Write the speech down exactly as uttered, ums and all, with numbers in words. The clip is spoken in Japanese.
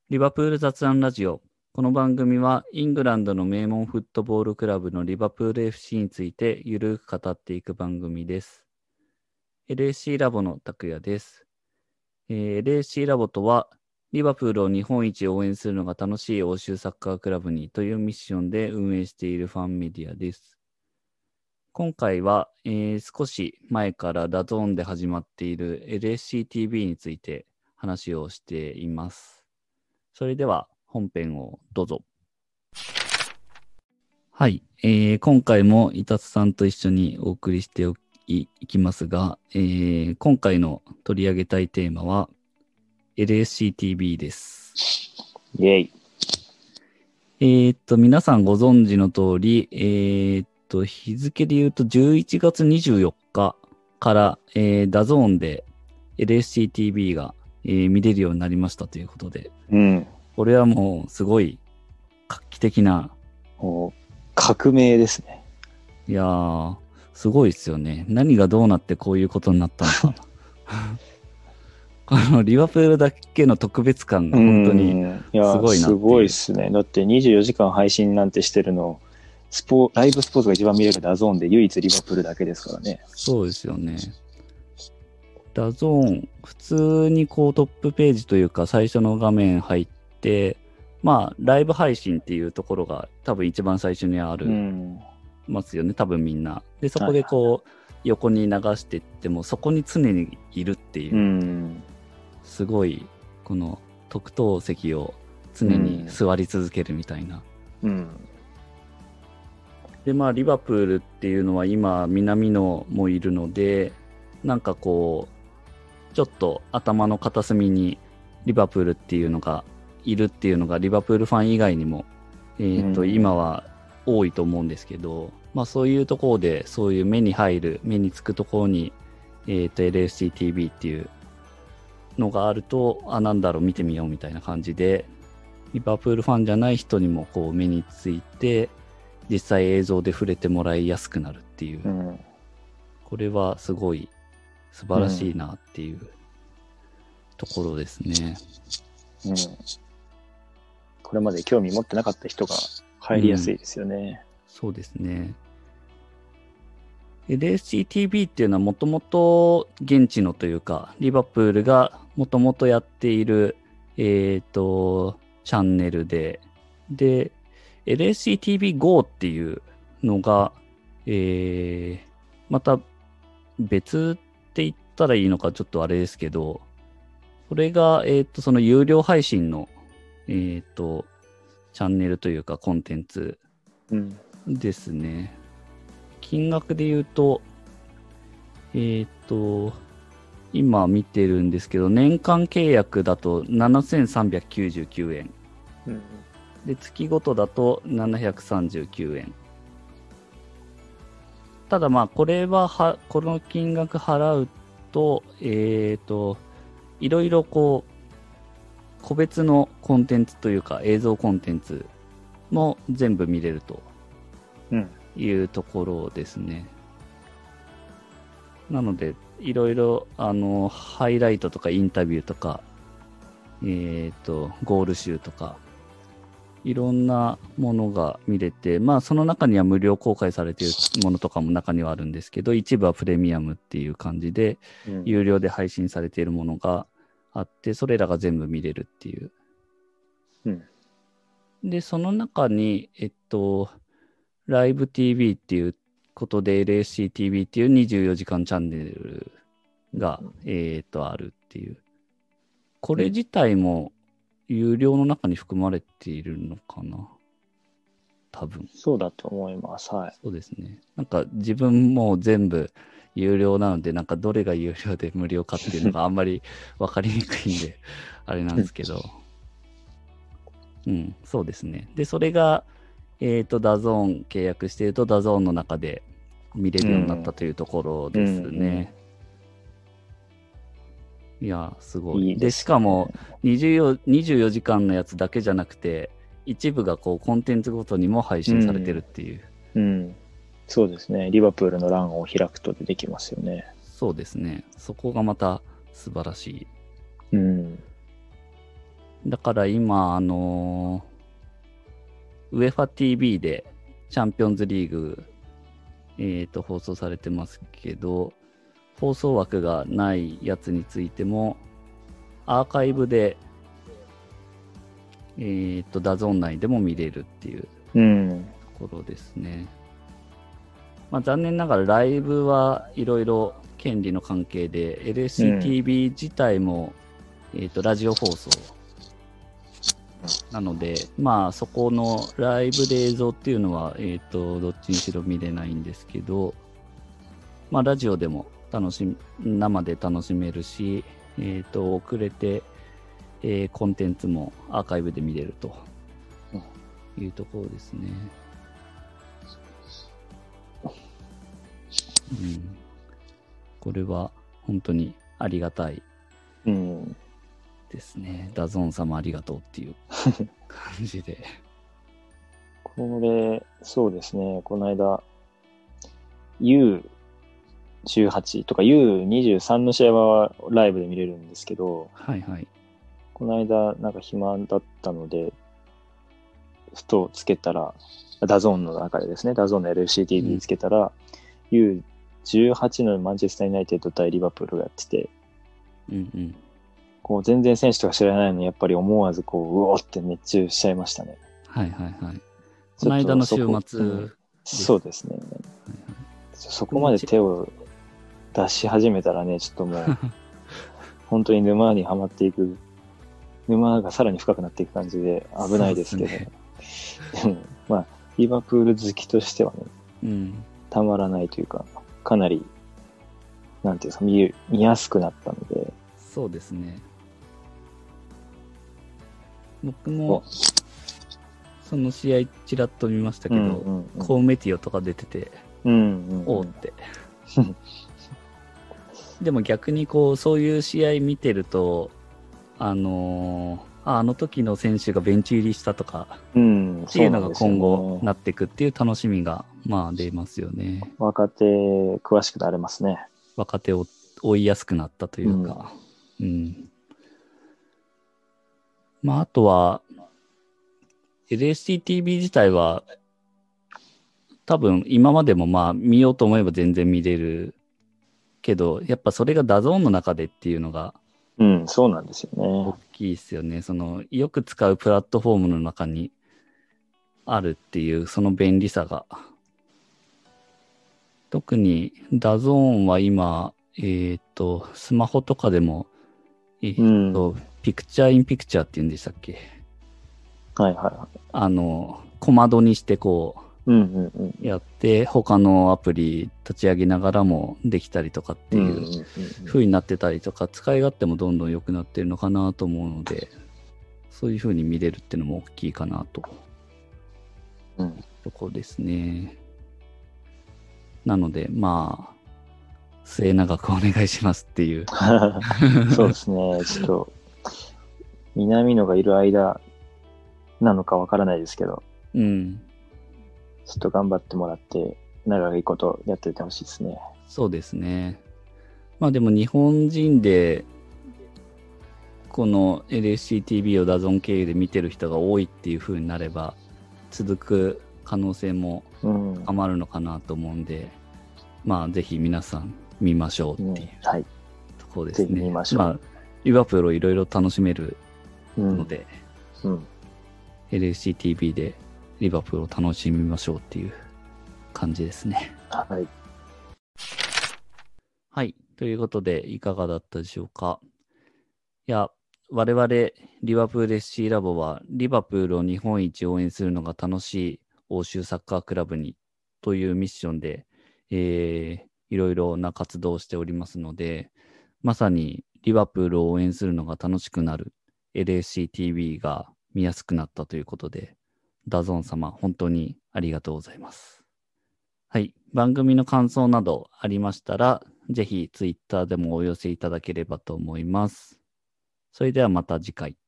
リバプール雑談ラジオ。この番組はイングランドの名門フットボールクラブのリバプール エフシー についてゆるく語っていく番組です。エルエーシー ラボの拓也です、えー。エルエーシー ラボとは、リバプールを日本一応援するのが楽しい欧州サッカークラブにというミッションで運営しているファンメディアです。今回は、えー、少し前からダゾーンで始まっている エルエスシーティービー について話をしています。それでは本編をどうぞ。はい、えー、今回も伊達さんと一緒にお送りしておきいきますが、えー、今回の取り上げたいテーマは エルエスシーティービー です。 イェイ。 えー、っと皆さんご存知の通り、えー、っと日付で言うとじゅういちがつにじゅうよっかから、えー、ダゾーンで エルエスシーティービー が、えー、見れるようになりましたということで、 うん。 これはもうすごい画期的な、 もう革命ですね。 いやーすごいですよね。何がどうなってこういうことになったのかこのリバプールだけの特別感が本当にすごいなっていう。 いや、すごいですね。だってにじゅうよじかん配信なんてしてるの、スポライブスポーツが一番見れるダゾーンで唯一リバプールだけですからね。 そうですよね。ダゾーン、普通にこうトップページというか最初の画面入って、まあライブ配信っていうところが多分一番最初にある、うん、ますよね、多分みんな。で、そこでこう、はい、横に流していってもそこに常にいるっていう、うん、すごいこの特等席を常に座り続けるみたいな。うんうん、でまあリバプールっていうのは今南野もいるので、なんかこうちょっと頭の片隅にリバプールっていうのがいるっていうのがリバプールファン以外にも、えーとうん、今は多いと思うんですけど、まあそういうところでそういう目に入る目につくところに、えーと エルエスシーティービー っていうのがあると、あ、なんだろう見てみようみたいな感じで、リバプールファンじゃない人にもこう目について実際映像で触れてもらいやすくなるっていう、うん、これはすごい素晴らしいなっていうところですね。 うん。これまで興味持ってなかった人が入りやすいですよね。うん、 そうですね。エルエスシーティービー っていうのはもともと現地のというか、リバプールがもともとやっている、えっと、チャンネルで、で、エルエスシーティービーゴー っていうのが、えー、また別って言ったらいいのかちょっとあれですけど、これが、えっと、その有料配信の、えっと、チャンネルというかコンテンツですね。うん、金額で言うと、えっと、今見てるんですけど、年間契約だとななせんさんびゃくきゅうじゅうきゅうえん。うん、で、月ごとだとななひゃくさんじゅうきゅうえん。ただまあ、これはは、この金額払うと、えっと、いろいろこう、個別のコンテンツというか映像コンテンツも全部見れるというところですね。うん、なので、いろいろ、あの、ハイライトとかインタビューとか、えっと、ゴール集とか、いろんなものが見れて、まあその中には無料公開されているものとかも中にはあるんですけど、一部はプレミアムっていう感じで、うん、有料で配信されているものがあって、それらが全部見れるっていう。うん、で、その中に、えっと、ライブ ティービー っていうことで エルエスシーティービー っていうにじゅうよじかんチャンネルが、うん、えっと、あるっていう。これ自体も、有料の中に含まれているのかな、多分。 そうだと思います。はい。 そうですね。なんか自分も全部有料なので、なんかどれが有料で無料かっていうのがあんまり分かりにくいんで、あれなんですけど。うん、そうですね。で、それが、えっと、ダゾーン契約していると、ダゾーンの中で見れるようになったというところですね。うんうんうんいや、すごい。いいで、ね、しかもにじゅうよ、にじゅうよじかんのやつだけじゃなくて、一部がこうコンテンツごとにも配信されてるっていう。 うん。うん、そうですね。リバプールの欄を開くと出てきますよね。 そうですね。そこがまた素晴らしい。 うん。 だから今、あのー、ウエファ ティーブイ でチャンピオンズリーグ、えーと、放送されてますけど、放送枠がないやつについても、アーカイブで、えーと、ダゾーン内でも見れるっていううん。 ところですね。まあ、残念ながらライブはいろいろ権利の関係で エルエスシーティーブイ 自体も、えーとラジオ放送なので、まあそこのライブで映像っていうのは、えーとどっちにしろ見れないんですけど、まあラジオでも楽しみ生で楽しめるし、えーと遅れて、えーコンテンツもアーカイブで見れるというところですね。うん、これは本当にありがたいうん。 ですね。ダゾーン様ありがとうっていう感じで。 これ、そうですね。この間、ユーじゅうはち とか ユーにじゅうさん の試合はライブで見れるんですけど、 はいはい。 この間なんか暇だったので、ふとつけたら、ダゾーンの中でですね、ダゾーンの エルエフシーティーブイ つけたら、うん、ユーじゅうはち のマンチェスターユナイテッド対リバプールがやってて、 うんうん。 こう全然選手とか知らないのにやっぱり思わずこう、うおーって熱中しちゃいましたね。 はいはいはい。この間の週末、うん、 そうですね。はいはい、そこまで手を出し始めたらね、ちょっともう、本当に沼にはまっていく、沼がさらに深くなっていく感じで危ないですけど、ね、でも、まあ、リバプール好きとしてはね、うん、たまらないというか、かなり、なんていうんですか、見、見やすくなったので。 そうですね。僕も、その試合ちらっと見ましたけど、うんうんうん、コーメティオとか出てて、うんうんうん、おーって。でも逆にこう、そういう試合見てると、あのー、あ, あの時の選手がベンチ入りしたとか、うん、っていうのが今後なっていくっていう楽しみが、まあ出ますよね。 若手、詳しくなれますね。 若手を追いやすくなったというか。うん。うん、まああとは、エルエスシーティーブイ 自体は、多分今までもまあ見ようと思えば全然見れるけど、やっぱそれがダゾーンの中でっていうのが、 うん、そうなんですよね。 大きいですよね。その、よく使うプラットフォームの中にあるっていう、その便利さが。特にダゾーンは今、えっ、ー、と、スマホとかでも、えっ、ー、と、うん、ピクチャーインピクチャーって言うんでしたっけ？ はいはいはい。 あの、小窓にしてこう、うんうんうん、やって、他のアプリ立ち上げながらもできたりとかっていう風になってたりとか、使い勝手もどんどん良くなってるのかなと思うので、そういう風に見れるっていうのも大きいかなと。うん。とこですね。なので、まあ、末永くお願いしますっていう。 そうですね。ちょっと、南野がいる間なのかわからないですけど。うん。ちょっと頑張ってもらって、長いことやっておいてほしいですね。 そうですね。まあでも日本人で、この エルエスシーティーブイ をダゾン経由で見てる人が多いっていう風になれば、続く可能性も余るのかなと思うんで、うん、まあぜひ皆さん見ましょうっていう、うん、はい、ところですね。ぜひ見ましょう。まあ、リバプールをいろいろ楽しめるので、うんうん、エルエスシーティーブイ でリバプールを楽しみましょうっていう感じですね。 はい。 はい。ということで、いかがだったでしょうか。いや、我々、リバプール エスシー ラボは、リバプールを日本一応援するのが楽しい欧州サッカークラブにというミッションで、えー、いろいろな活動をしておりますので、まさにリバプールを応援するのが楽しくなる エルエスシーティーブイ が見やすくなったということで、ダゾーン様、本当にありがとうございます。はい。番組の感想などありましたら、ぜひツイッターでもお寄せいただければと思います。それではまた次回。